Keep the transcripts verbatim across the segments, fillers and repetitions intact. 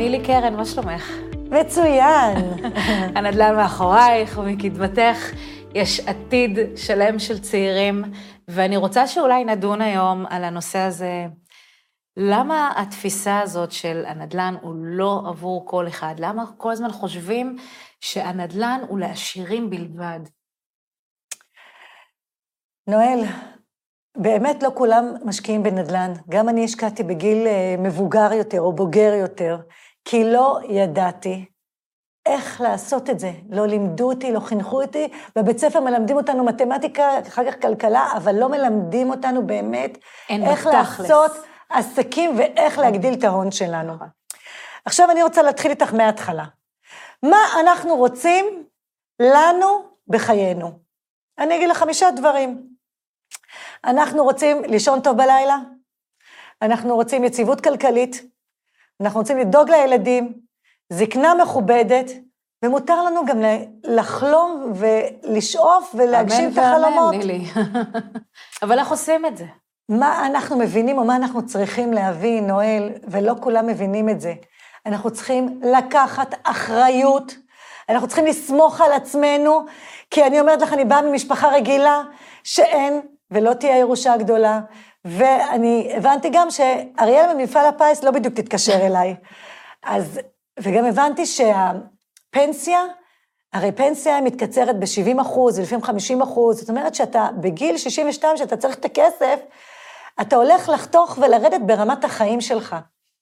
נילי קרן, מה שלומך? מצוין. הנדל"ן מאחורייך ומקדמתך יש עתיד שלם של צעירים, ואני רוצה שאולי נדון היום על הנושא הזה, למה התפיסה הזאת של הנדל"ן הוא לא עבור כל אחד? למה כל הזמן חושבים שהנדל"ן הוא לעשירים בלבד? נואל, באמת לא כולם משקיעים בנדל"ן. גם אני השקעתי בגיל מבוגר יותר או בוגר יותר, כי לא ידעתי איך לעשות את זה. לא לימדו אותי, לא חינכו אותי, בבית ספר מלמדים אותנו מתמטיקה, אחר כך כלכלה, אבל לא מלמדים אותנו באמת איך לעשות עסקים ואיך להגדיל את ההון שלנו. עכשיו אני רוצה להתחיל איתך מההתחלה. מה אנחנו רוצים לנו בחיינו? אני אגיד לך חמישה דברים. אנחנו רוצים לישון טוב בלילה, אנחנו רוצים יציבות כלכלית, אנחנו רוצים לדאוג לילדים, זקנה מכובדת, ומותר לנו גם לחלום ולשאוף ולהגשים את החלומות. אמן, נילי. אבל איך עושים את זה? מה אנחנו מבינים או מה אנחנו צריכים להבין, נואל, ולא כולם מבינים את זה. אנחנו צריכים לקחת אחריות, אנחנו צריכים לסמוך על עצמנו, כי אני אומרת לך, אני באה ממשפחה רגילה, שאין ולא תהיה ירושה גדולה, ואני הבנתי גם שאריאל ממפעל הפיס לא בדיוק תתקשר אליי. אז, וגם הבנתי שהפנסיה, הרי פנסיה מתקצרת ב-שבעים אחוז, לפעמים חמישים אחוז, זאת אומרת שאתה בגיל שישים ושתיים, שאתה צריך את הכסף, אתה הולך לחתוך ולרדת ברמת החיים שלך.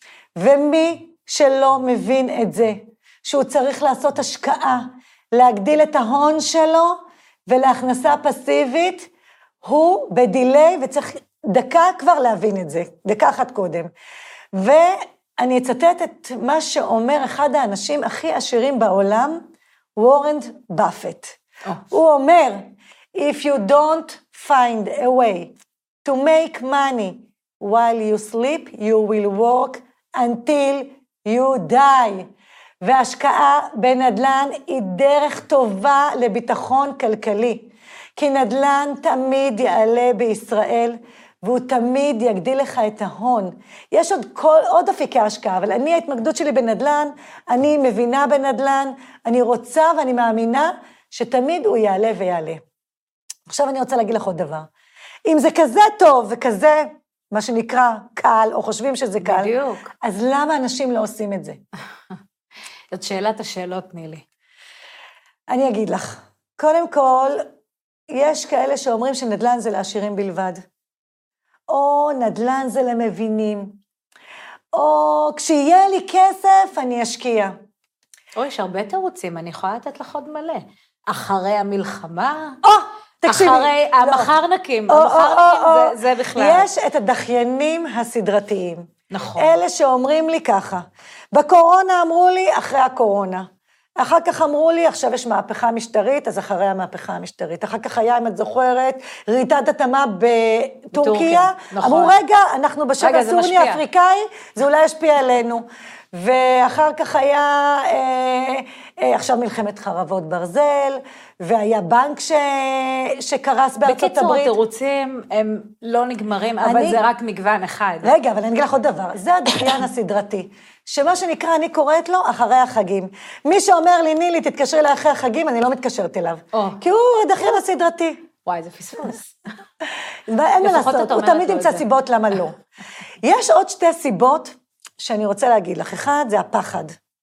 ומי שלא מבין את זה, שהוא צריך לעשות השקעה, להגדיל את ההון שלו, ולהכנסה פסיבית, הוא בדילי, וצריך דקה כבר להבין את זה, דקה אחת קודם. ואני אצטט את מה שאומר אחד האנשים הכי עשירים בעולם, וורן באפט. Oh. הוא אומר, if you don't find a way to make money while you sleep, you will work until you die. והשקעה בנדל"ן היא דרך טובה לביטחון כלכלי. כי נדל"ן תמיד יעלה בישראל, והוא תמיד יגדיל לך את ההון. יש עוד, כל, עוד אפיקי השקעה, אבל אני, ההתמקדות שלי בנדל"ן, אני מבינה בנדל"ן, אני רוצה ואני מאמינה שתמיד הוא יעלה ויעלה. עכשיו אני רוצה להגיד לך עוד דבר. אם זה כזה טוב וכזה, מה שנקרא קל, או חושבים שזה קל, בדיוק. אז למה אנשים לא עושים את זה? זאת שאלת השאלות, נילי. אני אגיד לך, קודם כל, יש כאלה שאומרים שנדל"ן זה לעשירים בלבד, או נדל"ן זה למבינים, או כשיהיה לי כסף אני אשקיע. או, יש הרבה תירוצים, אני יכולה לתת לך עוד מלא. אחרי המלחמה, או, תקשיבי. אחרי לא. המחרנקים, או, המחרנקים או, או, זה, זה בכלל. יש את הדחיינים הסדרתיים. נכון. אלה שאומרים לי ככה, בקורונה אמרו לי אחרי הקורונה, אחר כך אמרו לי, עכשיו יש מהפכה משטרית, אז אחרי המהפכה המשטרית. אחר כך היה, אם את זוכרת, רעידת אדמה בטורקיה. נכון. אמרו, רגע, אנחנו בשבע סוני אפריקאי, זה אולי ישפיע עלינו. ואחר כך היה, אה, אה, עכשיו מלחמת חרבות ברזל, והיה בנק ש... שקרס בארצות בקיצור, הברית. בקיצור, התירוצים הם לא נגמרים, אבל אני... זה רק מגוון אחד. רגע, אבל אני אגיד לך עוד דבר, זה הדחיין הסדרתי. שמה שנקרא, אני קוראת לו אחרי החגים. מי שאומר לי, נילי, תתקשרי לה אחרי החגים, אני לא מתקשרת אליו. Oh. כי הוא דחיין הסדרתי. וואי, זה פספוס. אין מה לעשות, הוא תמיד ימצא סיבות למה לא. יש עוד שתי סיבות שאני רוצה להגיד לך. אחד, זה הפחד.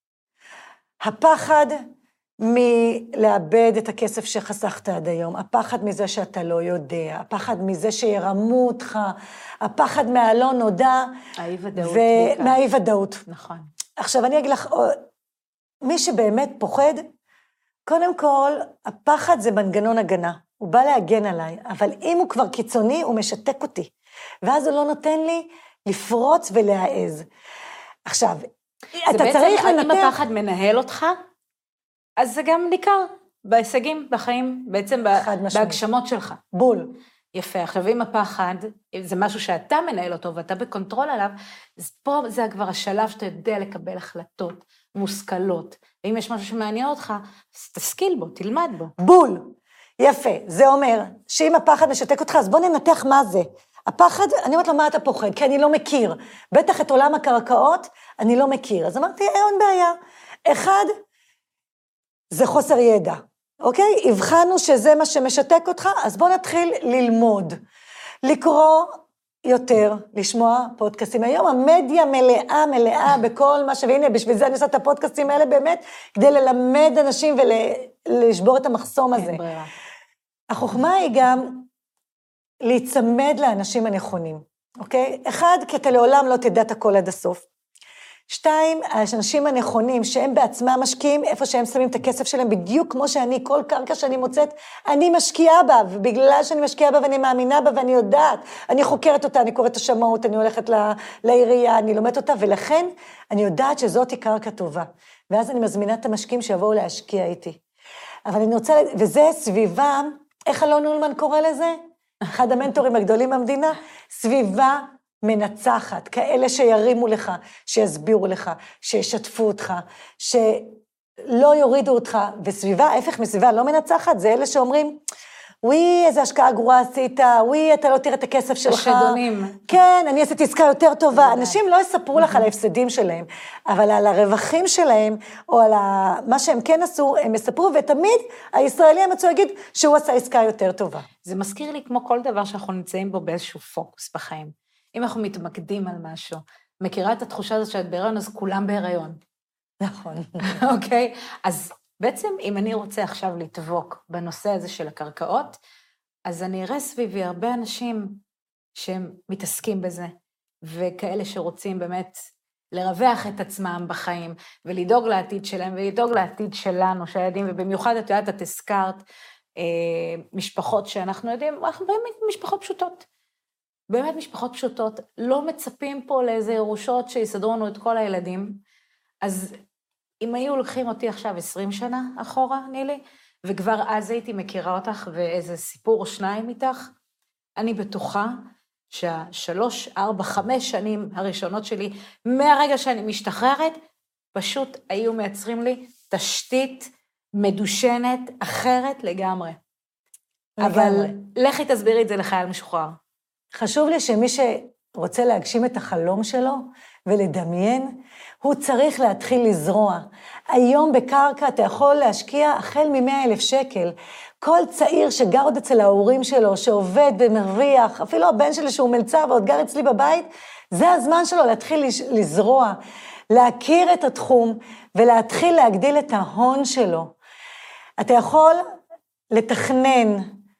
הפחד מלאבד את הכסף שחסכת עד היום, הפחד מזה שאתה לא יודע, הפחד מזה שירמו אותך, הפחד מהלא נודע, האי-ודאות. ומהאי-ודאות. נכון. עכשיו אני אגיד לך, מי שבאמת פוחד, קודם כל, הפחד זה מנגנון הגנה, הוא בא להגן עליי, אבל אם הוא כבר קיצוני, הוא משתק אותי, ואז הוא לא נותן לי לפרוץ ולהעז. עכשיו, אתה צריך לנתח... אם הפחד מנהל אותך, אז זה גם ניכר בהישגים, בחיים, בעצם בהגשמות שלך. בול. יפה, עכשיו אם הפחד, זה משהו שאתה מנהל אותו, ואתה בקונטרול עליו, אז פה זה כבר השלב שאתה יודע לקבל החלטות מושכלות, ואם יש משהו שמעניין אותך, אז תשכיל בו, תלמד בו. בול. יפה, זה אומר שאם הפחד משתק אותך, אז בוא ננתח מה זה. הפחד, אני אומרת לו, מה אתה פוחד? כי אני לא מכיר. בטח את עולם הקרקעות, אני לא מכיר. אז אמרתי, אין בעיה. אחד, זה חוסר ידע, אוקיי? הבחנו שזה מה שמשתק אותך, אז בוא נתחיל ללמוד. לקרוא יותר, לשמוע פודקאסטים. היום המדיה מלאה, מלאה בכל מה ש... והנה, בשביל זה אני עושה את הפודקאסטים האלה באמת, כדי ללמד אנשים ולשבור את המחסום הזה. החוכמה היא גם להיצמד לאנשים הנכונים, אוקיי? אחד, כי אתה לעולם לא תדע את הכל עד הסוף. שתיים, האנשים הנכונים שהם בעצמם משקיעים, איפה שהם שמים את הכסף שלהם, בדיוק כמו שאני, כל קרקע שאני מוצאת, אני משקיעה בה, ובגלל שאני משקיעה בה ואני מאמינה בה ואני יודעת, אני חוקרת אותה, אני קוראת את השמאות, אני הולכת לעירייה, אני לומדת אותה, ולכן אני יודעת שזאת היא קרקע טובה. ואז אני מזמינה את המשקיעים שיבואו להשקיע איתי. אבל אני רוצה, וזה סביבה, איך אלון אולמן קורא לזה? אחד המנטורים הגדולים במדינה, סביבה מנצחת, כאלה שירימו לך, שיסבירו לך, שישתפו אותך, שלא יורידו אותך, וסביבה, ההפך מסביבה לא מנצחת, זה אלה שאומרים, וואי, איזה השקעה גרועה עשית, וואי, אתה לא תראה את הכסף שלך. השדונים. כן, אני עשיתי עסקה יותר טובה. אנשים לא יספרו לך על ההפסדים שלהם, אבל על הרווחים שלהם, או על מה שהם כן עשו, הם יספרו, ותמיד הישראלי המצוא יגיד שהוא עשה עסקה יותר טובה. זה מזכיר לי כמו כל דבר שאנחנו נמצאים בו באיזשהו פוקוס בחיים. אם אנחנו מתמקדים על משהו, מכירה את התחושה הזאת שאת בהיריון, אז כולם בהיריון. נכון. אוקיי? אז בעצם אם אני רוצה עכשיו לתבוק בנושא הזה של הקרקעות, אז אני אראה סביבי הרבה אנשים שהם מתעסקים בזה, וכאלה שרוצים באמת לרווח את עצמם בחיים, ולדאוג לעתיד שלהם, ולדאוג לעתיד שלנו, שהילדים, ובמיוחד את יודעת, את הזכרת אה, משפחות שאנחנו יודעים, אנחנו באמת משפחות פשוטות. באמת משפחות פשוטות, לא מצפים פה לאיזה ירושות שיסדרו לנו את כל הילדים, אז אם היו לוקחים אותי עכשיו עשרים שנה אחורה, נילי, וכבר אז הייתי מכירה אותך ואיזה סיפור או שניים איתך, אני בטוחה שהשלוש, ארבע, חמש שנים הראשונות שלי, מהרגע שאני משתחררת, פשוט היו מייצרים לי תשתית מדושנת אחרת לגמרי. לגמרי. אבל לכי תסבירי את זה לחייל משוחרר. חשוב לי שמי שרוצה להגשים את החלום שלו ולדמיין, הוא צריך להתחיל לזרוע. היום בקרקע אתה יכול להשקיע החל מ-מאה אלף שקל. כל צעיר שגר עוד אצל ההורים שלו, שעובד ומרוויח, אפילו הבן שלי שהוא מלצר ועוד גר אצלי בבית, זה הזמן שלו להתחיל לזרוע, להכיר את התחום ולהתחיל להגדיל את ההון שלו. אתה יכול לתכנן,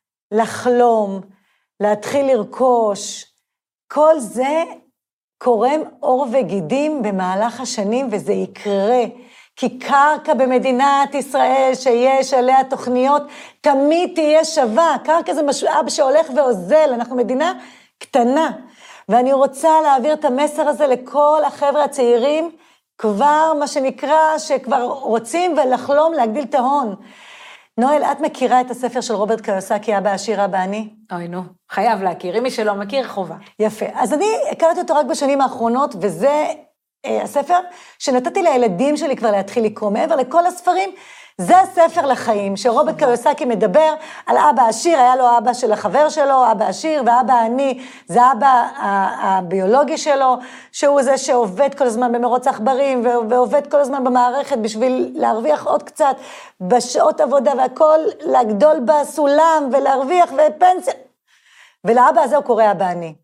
לחלום, להתחיל לרכוש, כל זה קורם אור וגידים במהלך השנים, וזה יקרה, כי קרקע במדינת ישראל שיש עליה תוכניות, תמיד תהיה שווה, קרקע זה משאב שהולך ועוזל, אנחנו מדינה קטנה, ואני רוצה להעביר את המסר הזה לכל החבר'ה הצעירים, כבר מה שנקרא, שכבר רוצים ולחלום להגדיל את ההון. נואל, את מכירה את הספר של רוברט קיוסקי, אבא עשיר, אבא עני? אוי, נו, חייב להכיר, אם מי שלא מכיר, חובה. יפה, אז אני הכרתי אותו רק בשנים האחרונות, וזה אה, הספר שנתתי לילדים שלי כבר להתחיל לקרוא, מעבר לכל הספרים, זה הספר לחיים, שרוברט קיוסקי מדבר על אבא עשיר, היה לו אבא של החבר שלו, אבא עשיר, ואבא עני, זה אבא הביולוגי שלו, שהוא זה שעובד כל הזמן במרוץ העכברים, ועובד כל הזמן במערכת בשביל להרוויח עוד קצת, בשעות עבודה והכל, לגדול בסולם ולהרוויח ופנסיה. ולאבא הזה הוא קורא אבא עני.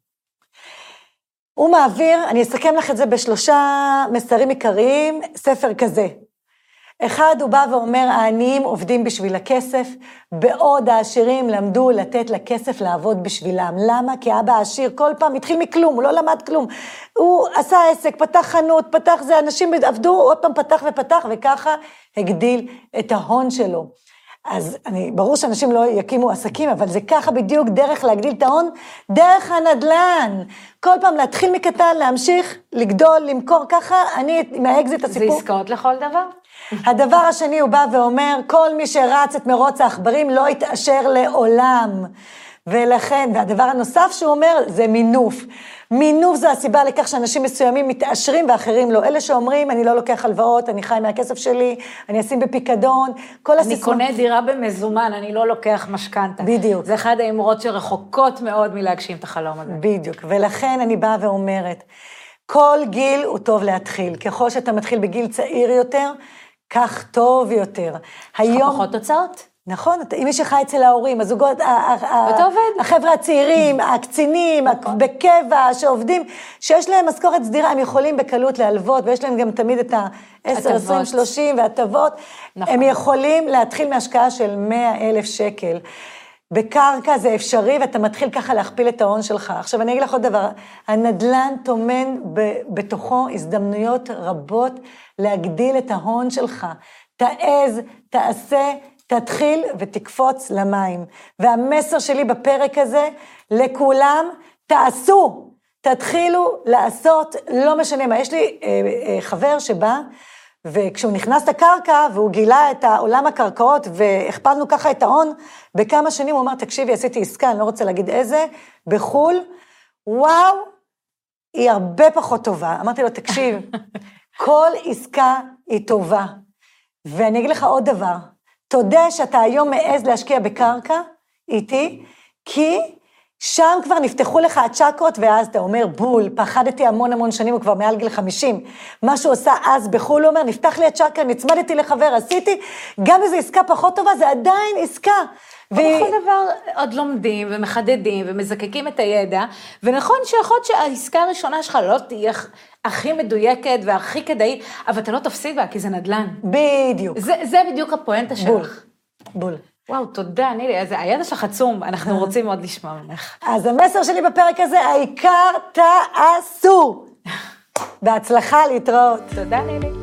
הוא מעביר, אני אסכם לך את זה בשלושה מסרים עיקריים, ספר כזה. אחד, הוא בא ואומר, העניים עובדים בשביל הכסף, בעוד העשירים למדו לתת לכסף לעבוד בשבילם. למה? כי אבא העשיר כל פעם התחיל מכלום, הוא לא למד כלום. הוא עשה עסק, פתח חנות, פתח זה, אנשים עבדו, עוד פעם פתח ופתח, וככה הגדיל את ההון שלו. אז אני, ברור שאנשים לא יקימו עסקים, אבל זה ככה בדיוק דרך להגדיל את ההון, דרך הנדלן. כל פעם להתחיל מקטן, להמשיך, לגדול, למכור, ככה אני מהאקזיט את הסיפור. זה עסקאות לכל דבר? הדבר השני הוא בא ואומר, כל מי שרץ את מרוץ העכברים לא יתאשר לעולם. ולכן, והדבר הנוסף שהוא אומר, זה מינוף. מינוף זה הסיבה לכך שאנשים מסוימים מתעשרים ואחרים לא. אלה שאומרים, אני לא לוקח הלוואות, אני חי מהכסף שלי, אני אשים בפיקדון, כל הסיסמאות. אני קונה דירה במזומן, אני לא לוקח משכנתה. בדיוק. זה אחד האמרות שרחוקות מאוד מלהגשים את החלום הזה. בדיוק, ולכן אני באה ואומרת, כל גיל הוא טוב להתחיל. ככל שאתה מתחיל בגיל צעיר יותר, כך טוב יותר. היום... פחות תוצאות? נכון, אם מי שחי אצל ההורים, הזוגות, אתה עובד. החבר'ה הצעירים, הקצינים, בקבע, שעובדים, שיש להם משכורת סדירה, הם יכולים בקלות להלוות, ויש להם גם תמיד את ה-עשר, עשרים, שלושים והטבות, הם יכולים להתחיל מהשקעה של מאה אלף שקל. בקרקע זה אפשרי, ואתה מתחיל ככה להכפיל את ההון שלך. עכשיו אני אגיד לך עוד דבר, הנדלן תומן בתוכו הזדמנויות רבות להגדיל את ההון שלך. תעז, תעשה, תתחיל ותקפוץ למים. והמסר שלי בפרק הזה, לכולם, תעשו, תתחילו לעשות, לא משנה מה. יש לי אה, אה, חבר שבא, וכשהוא נכנס לקרקע, והוא גילה את העולם הקרקעות, והכפלנו ככה את ההון, בכמה שנים הוא אמר, תקשיבי, עשיתי עסקה, אני לא רוצה להגיד איזה, בחול, וואו, היא הרבה פחות טובה. אמרתי לו, תקשיב, כל עסקה היא טובה. ואני אגיד לך עוד דבר, תודה שאתה היום מעז להשקיע בקרקע, איתי, כי שם כבר נפתחו לך הצ'קרות, ואז אתה אומר, בול, פחדתי המון המון שנים, הוא כבר מעל גיל חמישים. מה שהוא עושה אז בחול, הוא אומר, נפתח לי הצ'קרה, נצמדתי לחבר, עשיתי, גם איזו עסקה פחות טובה, זה עדיין עסקה. ובכל דבר עוד לומדים ומחדדים ומזקקים את הידע, ונכון שיכול להיות שהעסקה הראשונה שלך לא תהיה הכי מדויקת והכי כדאית, אבל אתה לא תפסיד בה, כי זה נדל"ן. בדיוק. זה, זה בדיוק הפואנטה שלך. בול, בול. וואו, תודה, נילי, הידע שלך עצום, אנחנו רוצים מאוד לשמוע ממך. אז המסר שלי בפרק הזה, העיקר תעשו. בהצלחה, להתראות. תודה, נילי.